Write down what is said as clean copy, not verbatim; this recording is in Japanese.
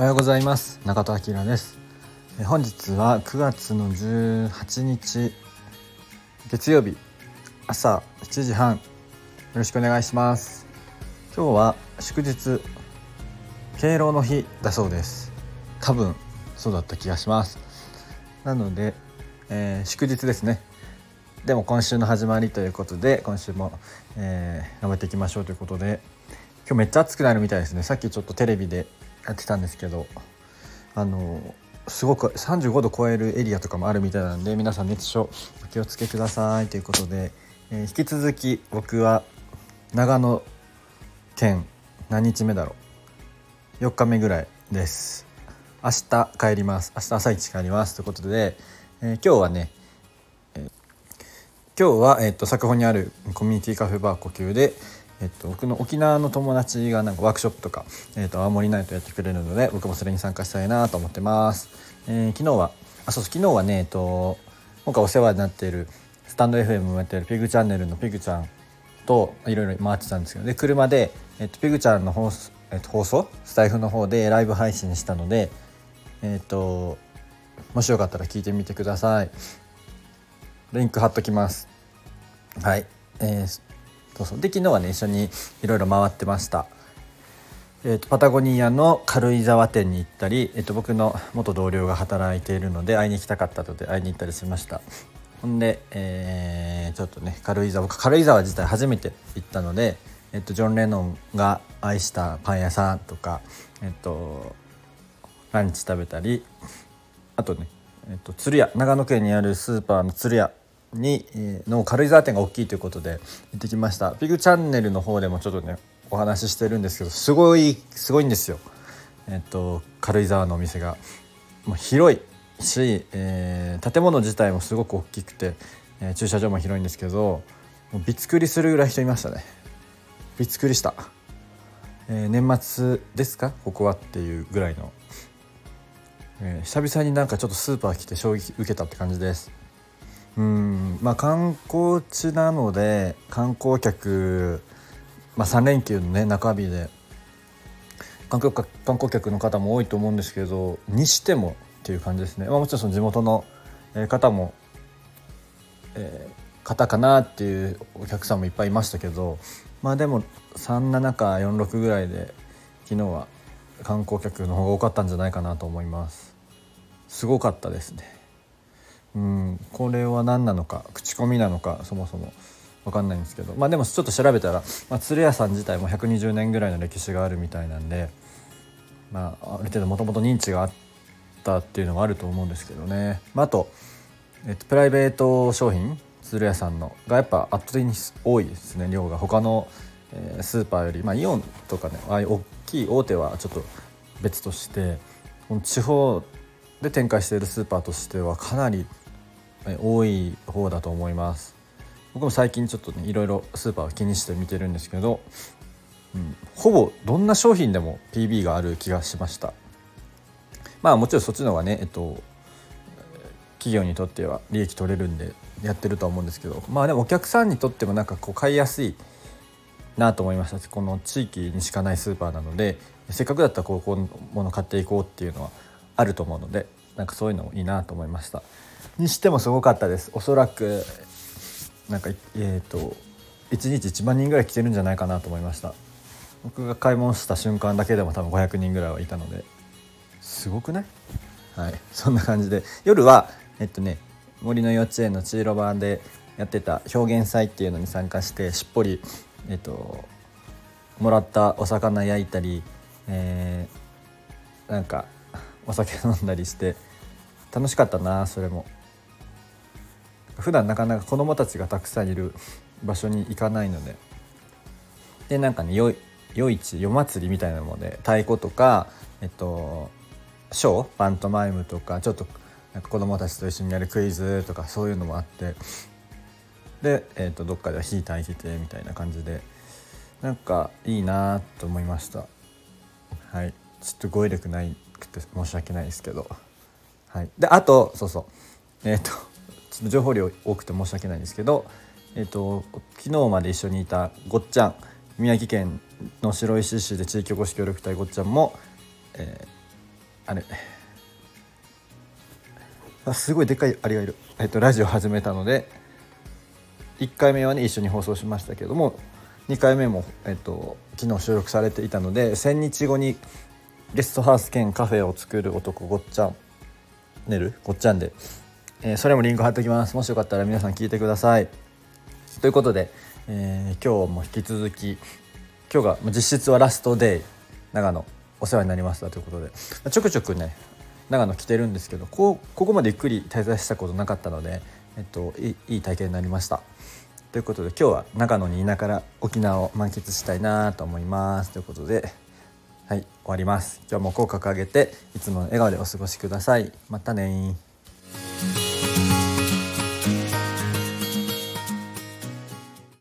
おはようございます。中戸明です。本日は9月の18日月曜日朝7時半、よろしくお願いします。今日は祝日、敬老の日だそうです。多分そうだった気がします。なので、祝日ですね。でも今週の始まりということで、今週も、頑張っていきましょうということで、今日めっちゃ暑くなるみたいですね。さっきちょっとテレビでやってたんですけど、すごく35度超えるエリアとかもあるみたいなんで、皆さん熱中症お気をつけくださいということで、引き続き僕は長野県何日目だろう、4日目ぐらいです。明日帰ります。明日朝一帰りますということで、今日はね、作保にあるコミュニティカフェバー呼吸で、僕の沖縄の友達がなんかワークショップとか、青森ナイトやってくれるので、僕もそれに参加したいなと思ってます。昨日はね、今回お世話になっているスタンド FM もやっているピグチャンネルのピグちゃんといろいろ回ってたんですけど、で車で、ピグちゃんの放送スタイフの方でライブ配信したので、もしよかったら聞いてみてください。リンク貼っときます。はい、で昨日はね、一緒にいろいろ回ってました。パタゴニアの軽井沢店に行ったり、僕の元同僚が働いているので会いに行きたかったので会いに行ったりしました。ほんで、ちょっとね、軽井沢自体初めて行ったので、ジョン・レノンが愛したパン屋さんとか、ランチ食べたり、あとね、鶴屋、長野県にあるスーパーの鶴屋の軽井沢店が大きいということで行ってきました。ピグチャンネルの方でもちょっとねお話ししてるんですけど、すごいんですよ。軽井沢のお店がもう広いし、建物自体もすごく大きくて、駐車場も広いんですけど、もうびっくりするぐらい人いましたね。びっくりした、年末ですかここはっていうぐらいの、久々になんかちょっとスーパー来て衝撃受けたって感じです。観光地なので観光客、3連休のね中日で観光客の方も多いと思うんですけど、にしてもっていう感じですね。もちろんその地元の方も、方かなっていうお客さんもいっぱいいましたけど、でも37か46ぐらいで昨日は観光客の方が多かったんじゃないかなと思います。すごかったですね。これは何なのか、口コミなのかそもそも分かんないんですけど、でもちょっと調べたら、鶴屋さん自体も120年ぐらいの歴史があるみたいなんで、ある程度もともと認知があったっていうのがあると思うんですけどね。あと、プライベート商品鶴屋さんのがやっぱ圧倒的に多いですね、量が。他の、スーパーより、イオンとかね、ああいう大きい大手はちょっと別として、この地方で展開しているスーパーとしてはかなり多い方だと思います。僕も最近ちょっとねいろいろスーパーを気にして見てるんですけど、ほぼどんな商品でも PB がある気がしました。もちろんそっちの方がね、企業にとっては利益取れるんでやってるとは思うんですけど、でもお客さんにとってもなんかこう買いやすいなと思いました。この地域にしかないスーパーなので、せっかくだったらこういうもの買っていこうっていうのはあると思うので、なんかそういうのもいいなと思いました。にしてもすごかったです。おそらくなんか1日1万人ぐらい来てるんじゃないかなと思いました。僕が買い物した瞬間だけでも多分500人ぐらいはいたので、すごくない？はい、そんな感じで夜は森の幼稚園のチーロバーでやってた表現祭っていうのに参加して、しっぽりもらったお魚焼いたり、なんかお酒飲んだりして楽しかったな。それも普段なかなか子どもたちがたくさんいる場所に行かないので、なんかね夜祭りみたいなもので太鼓とかショーパントマイムとか、ちょっとなんか子どもたちと一緒にやるクイズとかそういうのもあって、で、どっかでは火焚いててみたいな感じで、なんかいいなと思いました。はい、ちょっと語彙力ないくて申し訳ないですけど、はい、であとちょっと情報量多くて申し訳ないんですけど、昨日まで一緒にいたごっちゃん、宮城県の白石市で地域おこし協力隊ごっちゃんも、 あれすごいでっかいアリがいる、ラジオ始めたので1回目はね一緒に放送しましたけども、2回目も、昨日収録されていたので、1000日後にゲストハウス兼カフェを作る男ごっちゃんで、それもリンク貼っておきます。もしよかったら皆さん聞いてください。ということで、今日も引き続き今日が実質はラストデイ、長野お世話になりましたということで、ちょくちょくね長野来てるんですけど、ここまでゆっくり滞在したことなかったので、いい体験になりました。ということで今日は長野にいながら沖縄を満喫したいなと思います。ということではい、終わります。今日も口角上げていつもの笑顔でお過ごしください。またね。